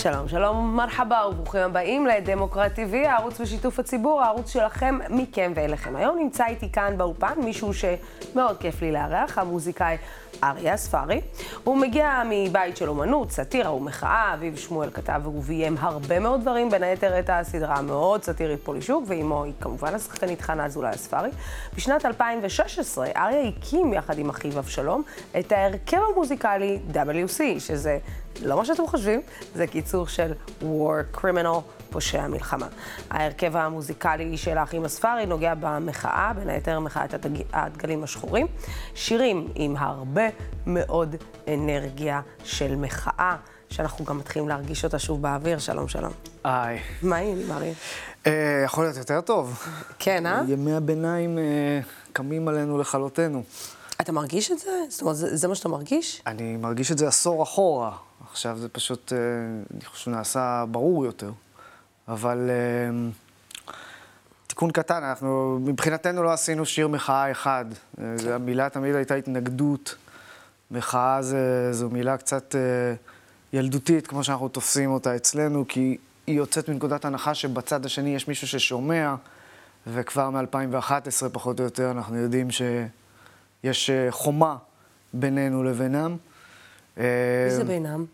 שלום, שלום, מרחבה וברוכים הבאים לדמוקרט TV, הערוץ בשיתוף הציבור, הערוץ שלכם, מכם ואליכם. היום נמצא איתי כאן באולפן מישהו שמאוד כיף לי לארח, המוזיקאי אריה אספארי. הוא מגיע מבית של אומנות, סאטירה ומחאה, אביב שמואל כתב וביים הרבה מאוד דברים, בין היתר את הסדרה המאוד סאטירית פולישוק, ואימו היא כמובן השחקנית חנה אזולאי אספארי. בשנת 2016 אריה הקים יחד עם אחיו אבשלום את ההרכב המוזיקלי WC, שזה לא מה שאתם חושבים, זה קיצור של War Criminal, פושע מלחמה. ההרכב המוזיקלי של האחים אספארי נוגע במחאה, בין היתר מחאת הדגלים השחורים. שירים עם הרבה מאוד אנרגיה של מחאה, שאנחנו גם מתחילים להרגיש אותה שוב באוויר. שלום, שלום. היי. מה העניינים, אריה? יכול להיות יותר טוב. כן, אה? ימי הביניים קמים עלינו לכלותנו. אתה מרגיש את זה? זאת אומרת, זה מה שאתה מרגיש? אני מרגיש את זה עשור אחורה. עכשיו זה פשוט, אני חושב שנעשה ברור יותר. אבל תיקון קטן, אנחנו מבחינתנו לא עשינו שיר מחאה אחד. המילה תמיד הייתה התנגדות. מחאה זו מילה קצת ילדותית, כמו שאנחנו תופסים אותה אצלנו, כי היא יוצאת מנקודת הנחה שבצד השני יש מישהו ששומע, וכבר מ-2011 פחות או יותר אנחנו יודעים שיש חומה בינינו לבינם. מי זה בינם?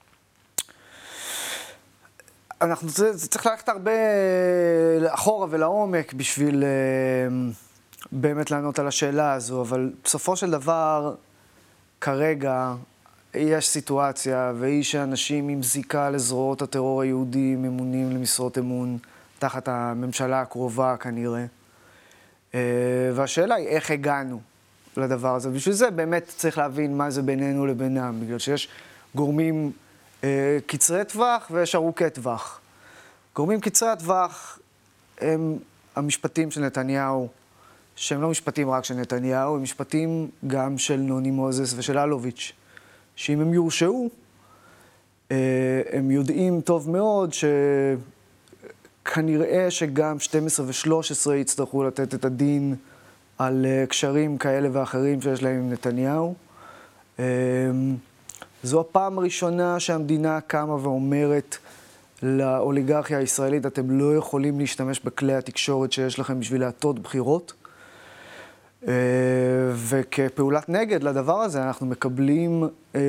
זה צריך ללכת הרבה אחורה ולעומק בשביל באמת לענות על השאלה הזו, אבל בסופו של דבר, כרגע יש סיטואציה, והיא שאנשים עם זיקה לזרועות הטרור היהודי ממונים למשרות אמון תחת הממשלה הקרובה כנראה. והשאלה היא איך הגענו לדבר הזה. בשביל זה באמת צריך להבין מה זה בינינו לבינם, בגלל שיש גורמים קצרי טווח ויש ארוכי טווח. גורמים קצרי הטווח הם המשפטים של נתניהו, שהם לא משפטים רק של נתניהו, הם משפטים גם של נוני מוזס ושל אלוביץ', שאם הם יורשעו, הם יודעים טוב מאוד שכנראה שגם 12 ו-13 יצטרכו לתת את הדין על קשרים כאלה ואחרים שיש להם עם נתניהו. זו הפעם הראשונה שהמדינה קמה ואומרת לאוליגרכיה הישראלית, אתם לא יכולים להשתמש בכלי התקשורת שיש לכם בשביל להטות בחירות. וכפעולת נגד לדבר הזה אנחנו מקבלים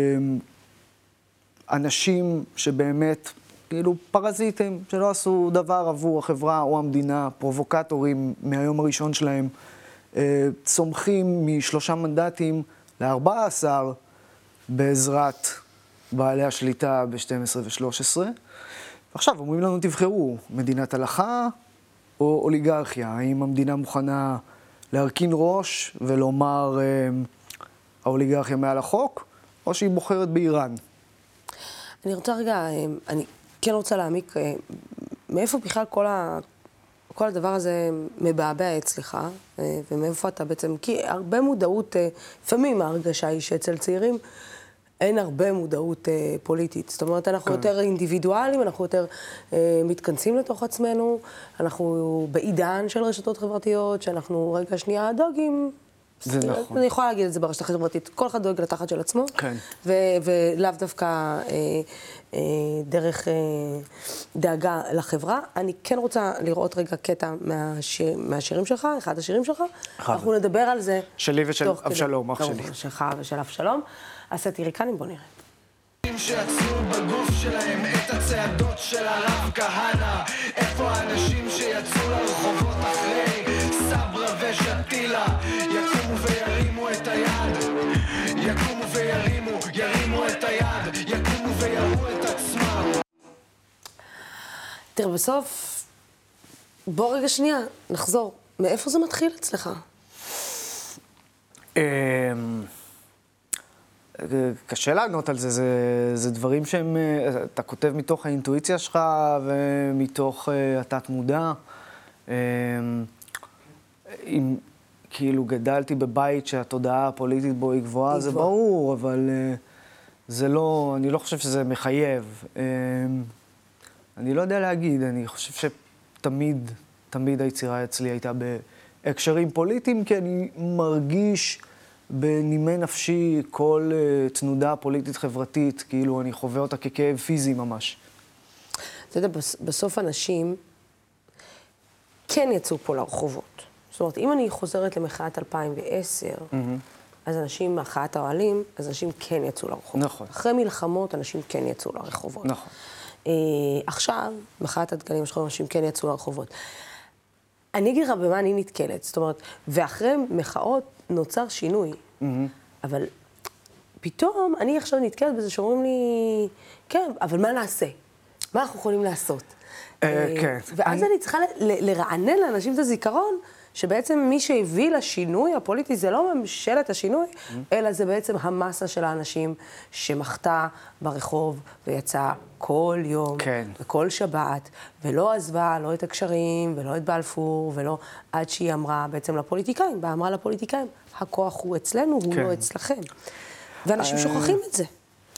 אנשים שבאמת כאילו פרזיטים, שלא עשו דבר עבור החברה או המדינה, פרובוקטורים מהיום הראשון שלהם, צומחים מ3 מנדטים ל14 בעזרת בעלי השליטה ב-12 ו-13. ועכשיו אומרים לנו, תבחרו, מדינת הלכה או אוליגרכיה? האם המדינה מוכנה להרכין ראש ולומר האוליגרכיה מעל החוק, או שהיא בוחרת באיראן? אני רוצה רגע, אני כן רוצה להעמיק, מאיפה בכלל כל הדבר הזה מבעבע אצלך, ומאיפה אתה בעצם, כי הרבה מודעות, לפעמים ההרגשה היא שאצל צעירים אין הרבה מודעות פוליטית. זאת אומרת, אנחנו יותר אינדיבידואלים, אנחנו יותר מתכנסים לתוך עצמנו, אנחנו בעידן של רשתות חברתיות, שאנחנו רגע שנייה דואגים. זה נכון. אני יכולה להגיד את זה ברשת החברתית, כל אחד דואג לתחת של עצמו, כן. ולאו דווקא דרך דאגה לחברה. אני כן רוצה לראות רגע קטע מהשירים שלך, אחד השירים שלך. אנחנו נדבר על זה. שלי ושל אבשלום, אח שלי. שלך ושל אבשלום. הסאטיריקנים, בוא נראה. שיצאו בגוף שלהם את הצעדות של הרב כהנא, איפה האנשים שיצאו לרחובות אחרי סברה ושתילה, יקומו וירימו את היד, יקומו ירימו את היד, יקומו ויראו את עצמם. תראה, בסוף, בוא רגע שנייה, נחזור. מאיפה זה מתחיל אצלך? קשה לענות על זה, זה דברים שהם, אתה כותב מתוך האינטואיציה שלך ומתוך התת מודע. אם כאילו גדלתי בבית שהתודעה הפוליטית בו היא גבוהה, זה ברור, אבל זה לא, אני לא חושב שזה מחייב. אני לא יודע להגיד, אני חושב שתמיד היצירה אצלי הייתה בהקשרים פוליטיים, כי אני מרגיש בנימי נפשי כל תנודה פוליטית חברתית, כאילו אני חווה אותה ככאב פיזי ממש. אתה יודע, בסוף אנשים כן יצאו פה לרחובות. זאת אומרת, אם אני חוזרת למחאת 2010, אז אנשים, מחאת האוהלים, אז אנשים כן יצאו לרחובות. נכון. אחרי מלחמות, אנשים כן יצאו לרחובות. נכון. עכשיו, מחאת הדגלים השחורים, אנשים כן יצאו לרחובות. אני אגיד לך במה אני נתקלת, זאת אומרת, ואחרי מחאות נוצר שינוי. אבל פתאום אני עכשיו נתקלת בזה שאומרים לי, כן, אבל מה נעשה? מה אנחנו יכולים לעשות? כן. ואז אני צריכה לרענן לאנשים את הזיכרון, שבעצם מי שהביא לשינוי הפוליטי זה לא ממשלת השינוי, אלא זה בעצם המסה של האנשים שמחתה ברחוב ויצאה כל יום, וכל שבת, ולא עזבה לא את הקשרים ולא את בלפור, ולא עד שהיא אמרה בעצם לפוליטיקאים, ואמרה לפוליטיקאים, הכוח הוא אצלנו, הוא לא אצלכם. ואנשים שוכחים את זה.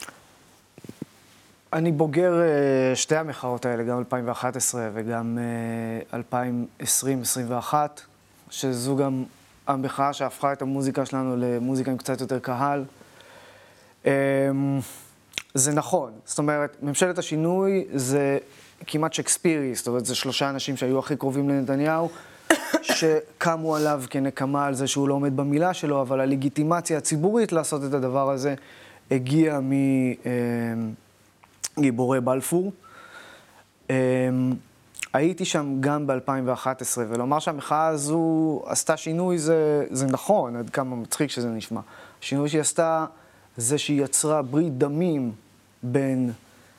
אני בוגר שתי המחאות האלה, גם 2011 וגם 2020-2021, שזו גם המחאה שהפכה את המוזיקה שלנו למוזיקה עם קצת יותר קהל. זה נכון, זאת אומרת, ממשלת השינוי זה כמעט שקספירי, זאת אומרת, זה 3 אנשים שהיו הכי קרובים לנתניהו, שקמו עליו כנקמה על זה שהוא לא עומד במילה שלו, אבל הלגיטימציה הציבורית לעשות את הדבר הזה הגיעה גיבורי בלפור. הייתי שם גם ב-2011, ולומר שהמחאה הזו עשתה שינוי זה נכון, עד כמה מצחיק שזה נשמע. השינוי שהיא עשתה זה שהיא יצרה ברית דמים בין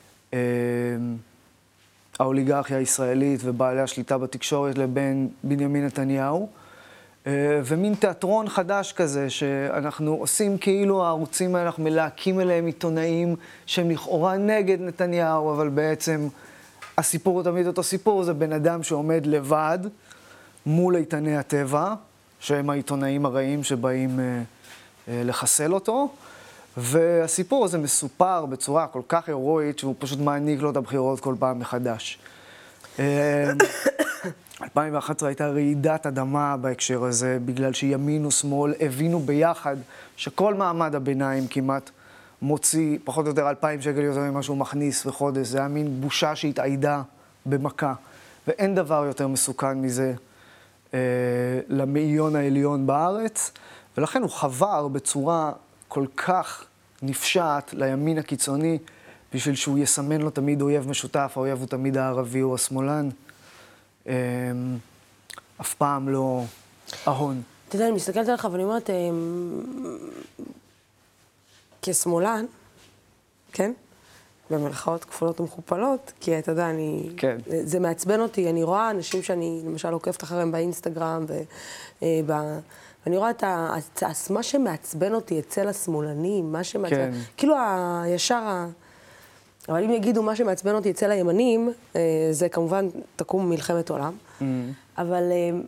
האוליגרכיה הישראלית ובעלי השליטה בתקשורת לבין בנימין נתניהו, ומין תיאטרון חדש כזה, שאנחנו עושים כאילו הערוצים האלה, אנחנו מלהקים אליהם עיתונאים שהם לכאורה נגד נתניהו, אבל בעצם הסיפור הוא תמיד אותו סיפור, זה בן אדם שעומד לבד מול איתני הטבע, שהם העיתונאים הרעים שבאים לחסל אותו, והסיפור הזה מסופר בצורה כל כך הירואית, שהוא פשוט מעניק לו את הבחירות כל פעם מחדש. 2011 הייתה רעידת אדמה בהקשר הזה, בגלל שימין ושמאל הבינו ביחד שכל מעמד הביניים כמעט מוציא פחות או יותר 2,000 שקל יותר ממה שהוא מכניס בחודש. זה היה מין בושה שהתעידה במכה. ואין דבר יותר מסוכן מזה למאיון העליון בארץ, ולכן הוא חבר בצורה כל כך נפשעת לימין הקיצוני, בשביל שהוא יסמן לו תמיד אויב משותף, האויב הוא תמיד הערבי או השמאלן. אף פעם לא ההון. אתה יודע, אני מסתכלת עליך ואני אומרת, כשמאלן, כן? במרכאות כפולות ומכופלות, כי אתה יודע, זה מעצבן אותי, אני רואה אנשים שאני למשל עוקבת אחריהם באינסטגרם, ואני רואה מה שמעצבן אותי אצל השמאלנים, מה שמעצבן, כאילו הישר, אבל אם יגידו מה שמעצבן אותי אצל הימנים, זה כמובן תקום מלחמת עולם, אבל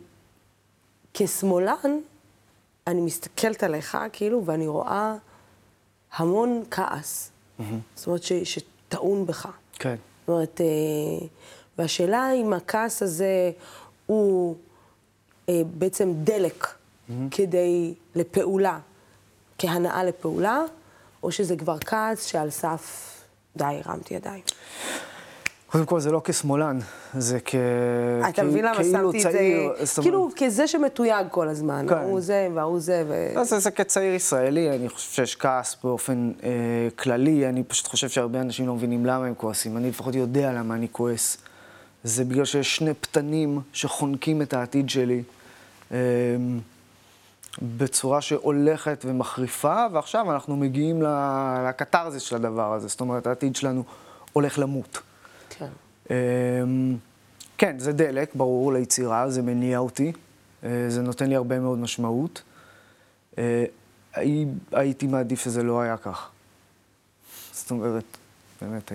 כשמאלן, אני מסתכלת עליך, כאילו, ואני רואה המון כעס. זאת אומרת, שטעון בך. כן. זאת אומרת, והשאלה אם הכעס הזה הוא בעצם דלק כדי לפעולה, כהנאה לפעולה, או שזה כבר כעס שעל סף די, הרמתי ידיים. קודם כל, זה לא כשמאלן, זה אתה מבין למה שמתי את זה? כאילו, כזה שמתויג כל הזמן. הוא זה והוא זה. זה כצעיר ישראלי, אני חושב שיש כעס באופן כללי, אני פשוט חושב שהרבה אנשים לא מבינים למה הם כועסים. אני לפחות יודע למה אני כועס. זה בגלל שיש 2 פתנים שחונקים את העתיד שלי בצורה שהולכת ומחריפה, ועכשיו אנחנו מגיעים לקטרזיס של הדבר הזה. זאת אומרת, העתיד שלנו הולך למות. כן, זה דלק, ברור, ליצירה, זה מניע אותי, זה נותן לי הרבה מאוד משמעות. הייתי מעדיף שזה לא היה כך. זאת אומרת, באמת,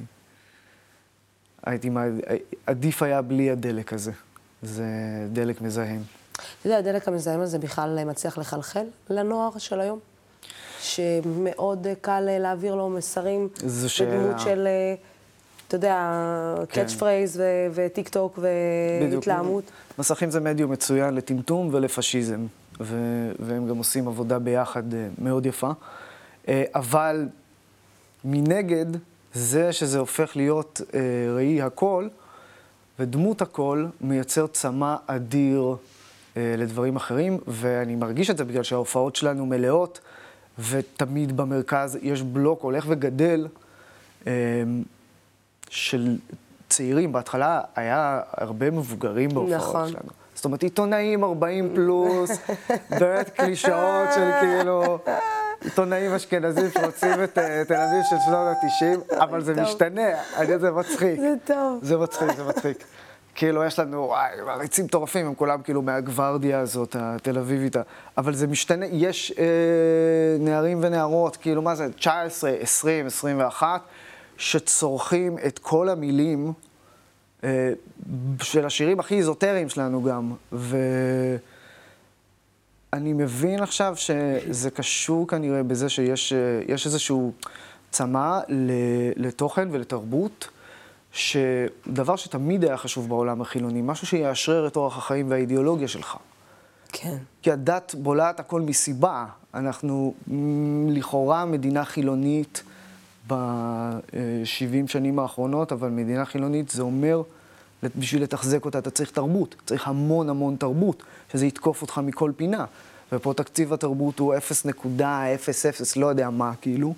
עדיף היה בלי הדלק הזה. זה דלק מזהם. אתה יודע, הדלק המזהם הזה בכלל מצליח לחלחל לנוער של היום? שמאוד קל להעביר לו מסרים בדמות של... אתה יודע, קאץ' פרייז וטיק טוק והתלהמות. מסכים זה מדיום מצוין לטמטום ולפשיזם, והם גם עושים עבודה ביחד מאוד יפה. אבל מנגד, זה שזה הופך להיות ראי הכל, ודמות הכל מייצר צמא אדיר לדברים אחרים, ואני מרגיש את זה בגלל שההופעות שלנו מלאות, ותמיד במרכז יש בלוק הולך וגדל של צעירים. בהתחלה היה הרבה מבוגרים בהופעות שלנו. זאת אומרת, עיתונאים 40 פלוס, באמת קלישאות של כאילו, עיתונאים אשכנזים שרוצים את תל אביב של שנות ה-90, אבל זה משתנה, זה מצחיק. זה טוב. זה מצחיק, זה מצחיק. כאילו, יש לנו, מעריצים מטורפים, הם כולם כאילו מהגוורדיה הזאת, התל אביבית, אבל זה משתנה, יש נערים ונערות, כאילו, מה זה, 19, 20, 21, שצורכים את כל המילים של השירים הכי איזוטריים שלנו גם, ואני מבין עכשיו שזה קשור כנראה בזה שיש איזשהו צמא לתוכן ולתרבות, שדבר שתמיד היה חשוב בעולם החילוני, משהו שיאשרר את אורח החיים והאידיאולוגיה שלך. כן. כי הדת בולעת הכל מסיבה. אנחנו לכאורה מדינה חילונית ב-70 שנים האחרונות, אבל מדינה חילונית זה אומר, בשביל לתחזק אותה אתה צריך תרבות. צריך המון המון תרבות, שזה יתקוף אותך מכל פינה. ופה תקציב התרבות הוא 0.00, לא יודע מה, כאילו.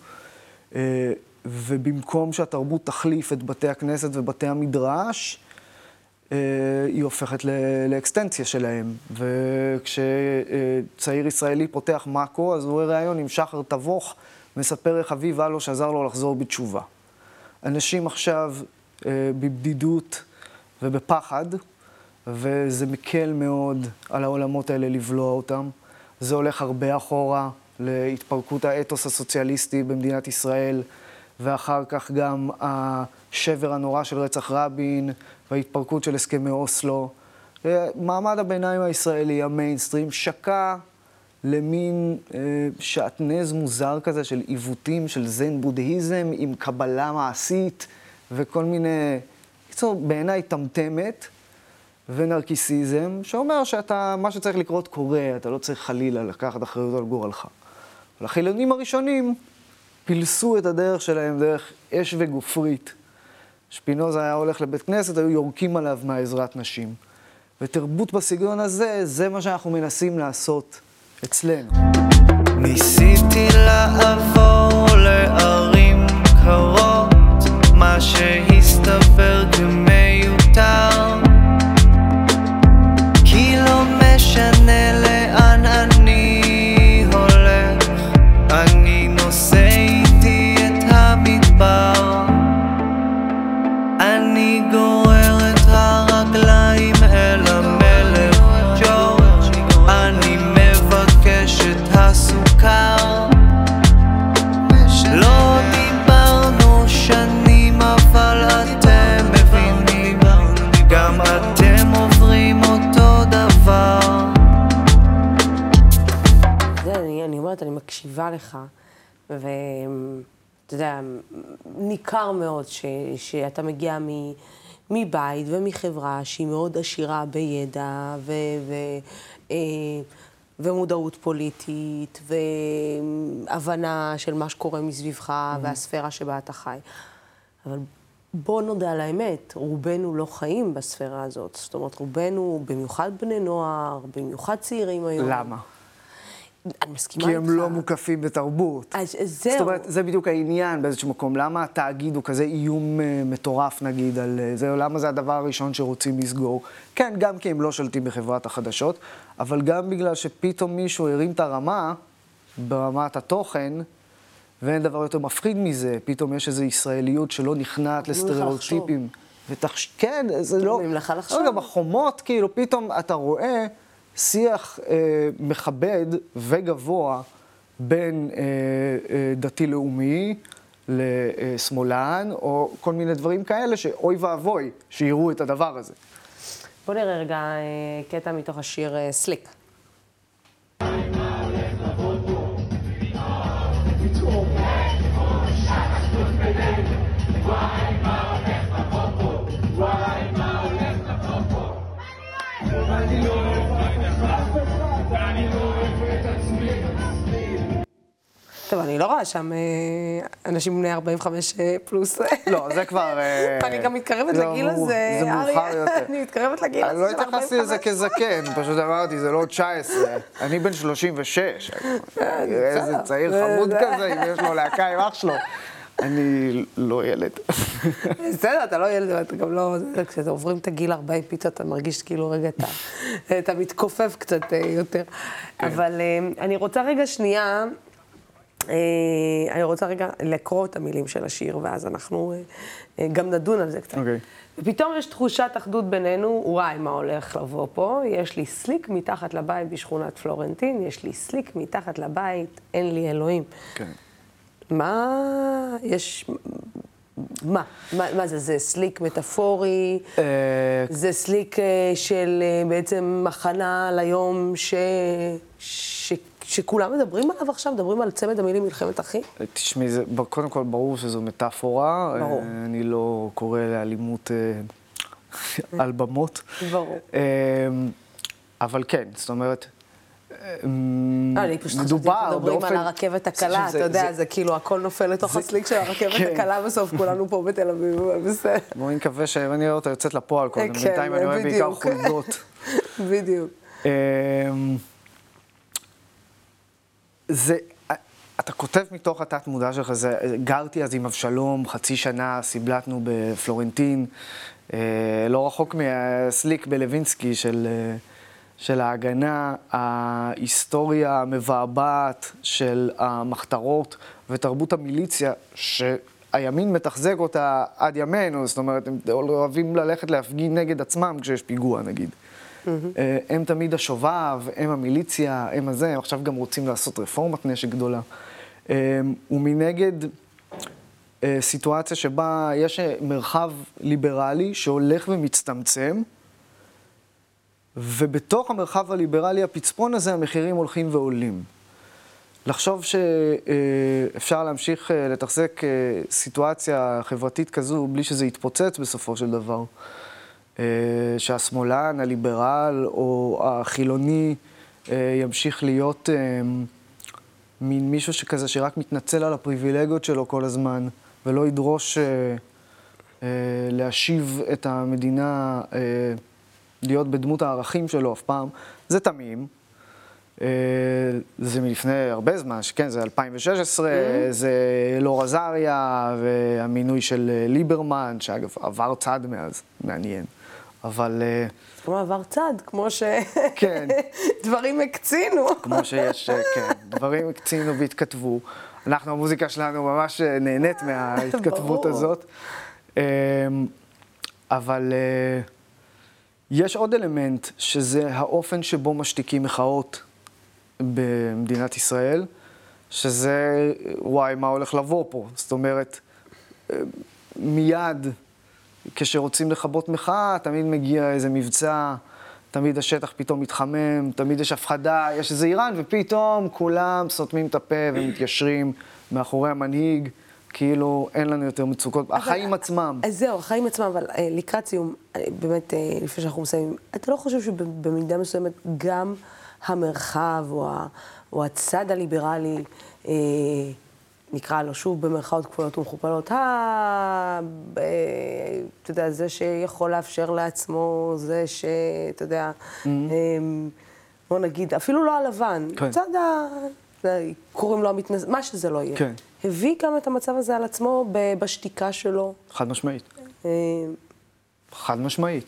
ובמקום שהתרבות תחליף את בתי הכנסת ובתי המדרש, היא הופכת לאקסטנציה שלהם. וכשצעיר ישראלי פותח מאקו, אז הוא רואה ראיון עם שחר תבוך, מספר איך אביו אלו שעזר לו לחזור בתשובה. אנשים עכשיו בבדידות ובפחד, וזה מקל מאוד על העולמות האלה לבלוע אותם. זה הולך הרבה אחורה להתפרקות האתוס הסוציאליסטי במדינת ישראל, ואחר כך גם השבר הנורא של רצח רבין, וההתפרקות של הסכמי אוסלו. מעמד הביניים הישראלי, המיינסטרים, שקע למין שעטנז מוזר כזה של עיוותים של זן בודהיזם עם קבלה מעשית וכל מיני, בעיניי טמטמת ונרקיסיזם, שאומר שאתה, מה שצריך לקרות קורה, אתה לא צריך חלילה לקחת אחריות על גורלך. אבל החילונים הראשונים פילסו את הדרך שלהם דרך אש וגופרית. שפינוזה היה הולך לבית כנסת, היו יורקים עליו מעזרת נשים. ותרבות בסגנון הזה, זה מה שאנחנו מנסים לעשות אצלנו. ניסיתי לעבור לערים קרות, מה שהסתבר כמיותר, כי לא משנה לאן אני הולך, אני נושא איתי את המדבר, אני גורר את הרגליים אל המלך ג'ורג', אני מבקש את הסוכר, לא דיברנו שנים אבל אתם מבינים, גם אתם עוברים אותו דבר. אני אומרת, אני מקשיבה לך, ואתה יודע, ניכר מאוד שאתה מגיע מבית ומחברה שהיא מאוד עשירה בידע ומודעות פוליטית והבנה של מה שקורה מסביבך והספירה שבה אתה חי. אבל בוא נודה על האמת, רובנו לא חיים בספירה הזאת. זאת אומרת, רובנו, במיוחד בני נוער, במיוחד צעירים היום. למה? אני מסכימה איתך. כי הם לא מוקפים בתרבות. אז זהו. זאת אומרת, זה בדיוק העניין באיזשהו מקום. למה התאגיד הוא כזה איום מטורף, נגיד, על זה? למה זה הדבר הראשון שרוצים לסגור? כן, גם כי הם לא שולטים בחברת החדשות, אבל גם בגלל שפתאום מישהו הרים את הרמה, ברמת התוכן, ואין דבר יותר מפחיד מזה. פתאום יש איזו ישראליות שלא נכנעת לסטריאוטיפים. כן, זה לא... גם החומות, כאילו, פתאום אתה רואה שיח מכבד וגבוה בין דתי-לאומי לשמאלן, או כל מיני דברים כאלה שאוי ואבוי שיראו את הדבר הזה. בוא נראה רגע קטע מתוך השיר סליק. טוב, אני לא רואה שם אנשים בני 45 פלוס. לא, זה כבר... אני גם מתקרבת לגיל הזה, זה מאוחר יותר. אני מתקרבת לגיל אני הזה לא של 45. התייחסתי לזה כזקן, פשוט אמרתי, זה לא 19. אני בן 36. איזה צעיר חמוד כזה, אם יש לו להקה עם אח שלו. אני לא ילד. בסדר, אתה לא ילד, אבל אתה גם לא... כשאתה עוברים את הגיל 40 פתאום, אתה מרגיש כאילו רגע, אתה מתכופף קצת יותר. אבל אני רוצה רגע שנייה, אני רוצה רגע לקרוא את המילים של השיר, ואז אנחנו גם נדון על זה קצת. אוקיי. ופתאום יש תחושת אחדות בינינו, וואי, מה הולך לבוא פה? יש לי סליק מתחת לבית בשכונת פלורנטין, יש לי סליק מתחת לבית, אין לי אלוהים. כן. מה יש... מה זה? זה סליק מטאפורי? זה סליק של בעצם מחנה ליום שכולם מדברים עליו עכשיו? מדברים על צמד המילים מלחמת אחים? תשמעי, קודם כל ברור שזו מטאפורה. ברור. אני לא קורא לאלימות על במות. ברור. אבל כן, זאת אומרת, אני פשוט חשבתי מדברים על הרכבת הקלה, אתה יודע, זה כאילו הכל נופל לתוך הסליק של הרכבת הקלה בסוף, כולנו פה בתל אביב, בסדר. בואי נקווה שאני אראה אותה יוצאת לפועל קודם, בינתיים אני רואה בעיקר חולדות. בדיוק. אתה כותב מתוך התת מודע שלך, גרתי אז עם אבשלום, חצי שנה, סיבלתנו בפלורנטין, לא רחוק מהסליק בלווינסקי של ההגנה, ההיסטוריה המבעבעת של המחתרות ותרבות המיליציה, שהימין מתחזק אותה עד ימינו, זאת אומרת, הם אוהבים ללכת להפגין נגד עצמם כשיש פיגוע, נגיד. הם תמיד השובב, הם המיליציה, הם הזה, הם עכשיו גם רוצים לעשות רפורמת נשק גדולה. ומנגד, סיטואציה שבה יש מרחב ליברלי שהולך ומצטמצם, ובתוך המרחב הליברלי, הפצפון הזה, המחירים הולכים ועולים. לחשוב שאפשר להמשיך לתחזק סיטואציה חברתית כזו בלי שזה יתפוצץ בסופו של דבר. שהשמאלן, הליברל או החילוני ימשיך להיות מין מישהו שכזה שרק מתנצל על הפריבילגיות שלו כל הזמן, ולא ידרוש להשיב את המדינה, להיות בדמות הערכים שלו אף פעם. זה תמים. זה מלפני הרבה זמן, שכן, זה 2016, זה אלאור עזריה והמינוי של ליברמן, שאגב עבר צד מאז, מעניין. אבל... כמו עבר צד, כמו ש... כן. דברים הקצינו. כמו שיש, כן, דברים הקצינו והתכתבו. אנחנו, המוזיקה שלנו ממש נהנית מההתכתבות הזאת. אבל יש עוד אלמנט, שזה האופן שבו משתיקים מחאות במדינת ישראל, שזה, וואי, מה הולך לבוא פה? זאת אומרת, מיד כשרוצים לכבות מחאה, תמיד מגיע איזה מבצע, תמיד השטח פתאום מתחמם, תמיד יש הפחדה, יש איזה איראן, ופתאום כולם סותמים את הפה ומתיישרים מאחורי המנהיג, כאילו אין לנו יותר מצוקות, החיים עצמם. אז זהו, החיים עצמם, אבל לקראת סיום, באמת, לפני שאנחנו מסיימים, אתה לא חושב שבמידה מסוימת גם המרחב או הצד הליברלי, נקרא לו שוב במרכאות כפולות ומכופלות, אתה יודע, זה שיכול לאפשר לעצמו, זה שאתה יודע, בוא נגיד, אפילו לא הלבן, צד קוראים לו המתנס... מה שזה לא יהיה. כן. הביא גם את המצב הזה על עצמו בשתיקה שלו. חד משמעית. חד משמעית.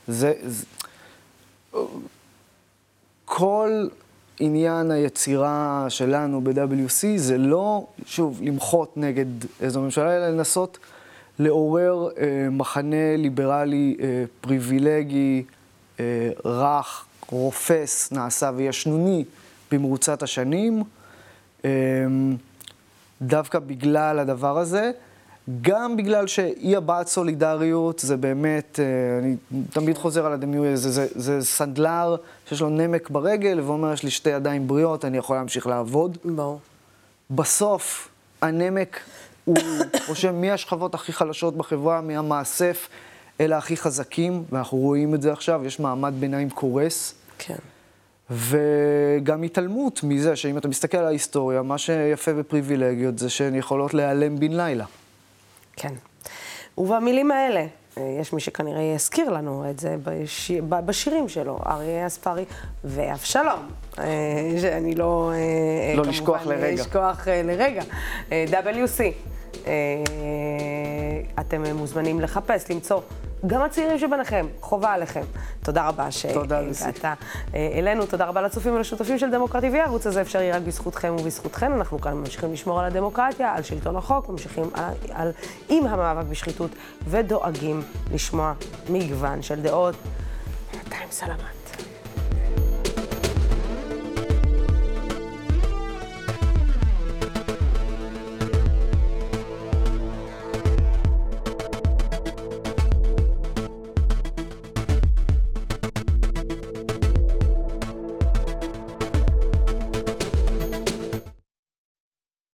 כל עניין היצירה שלנו ב-WC זה לא, שוב, למחות נגד איזו ממשלה, אלא לנסות לעורר מחנה ליברלי פריבילגי, רך, רופס, נעשה וישנוני במרוצת השנים, דווקא בגלל הדבר הזה, גם בגלל שאי הבעת סולידריות זה באמת, אני תמיד חוזר על הדמיון הזה, זה סנדלר שיש לו נמק ברגל ואומר יש לי שתי ידיים בריאות, אני יכול להמשיך לעבוד. ברור. בסוף הנמק הוא רושם מי השכבות הכי חלשות בחברה, מהמאסף אלה הכי חזקים, ואנחנו רואים את זה עכשיו, יש מעמד ביניים קורס. כן. וגם התעלמות מזה שאם אתה מסתכל על ההיסטוריה, מה שיפה בפריבילגיות זה שהן יכולות להיעלם בן לילה. כן. ובמילים האלה, יש מי שכנראה יזכיר לנו את זה בשירים שלו, אריה אספרי ואבשלום, שאני לא לשכוח לרגע. לשכוח לרגע. WC. אתם מוזמנים לחפש, למצוא. גם הצעירים שביניכם, חובה עליכם. תודה רבה שהגעת אלינו, תודה רבה לצופים ולשותפים של דמוקרטי TV. הערוץ הזה אפשרי רק בזכותכם ובזכותכן. אנחנו כאן ממשיכים לשמור על הדמוקרטיה, על שלטון החוק, ממשיכים עם המאבק בשחיתות, ודואגים לשמוע מגוון של דעות. 200 סלמת.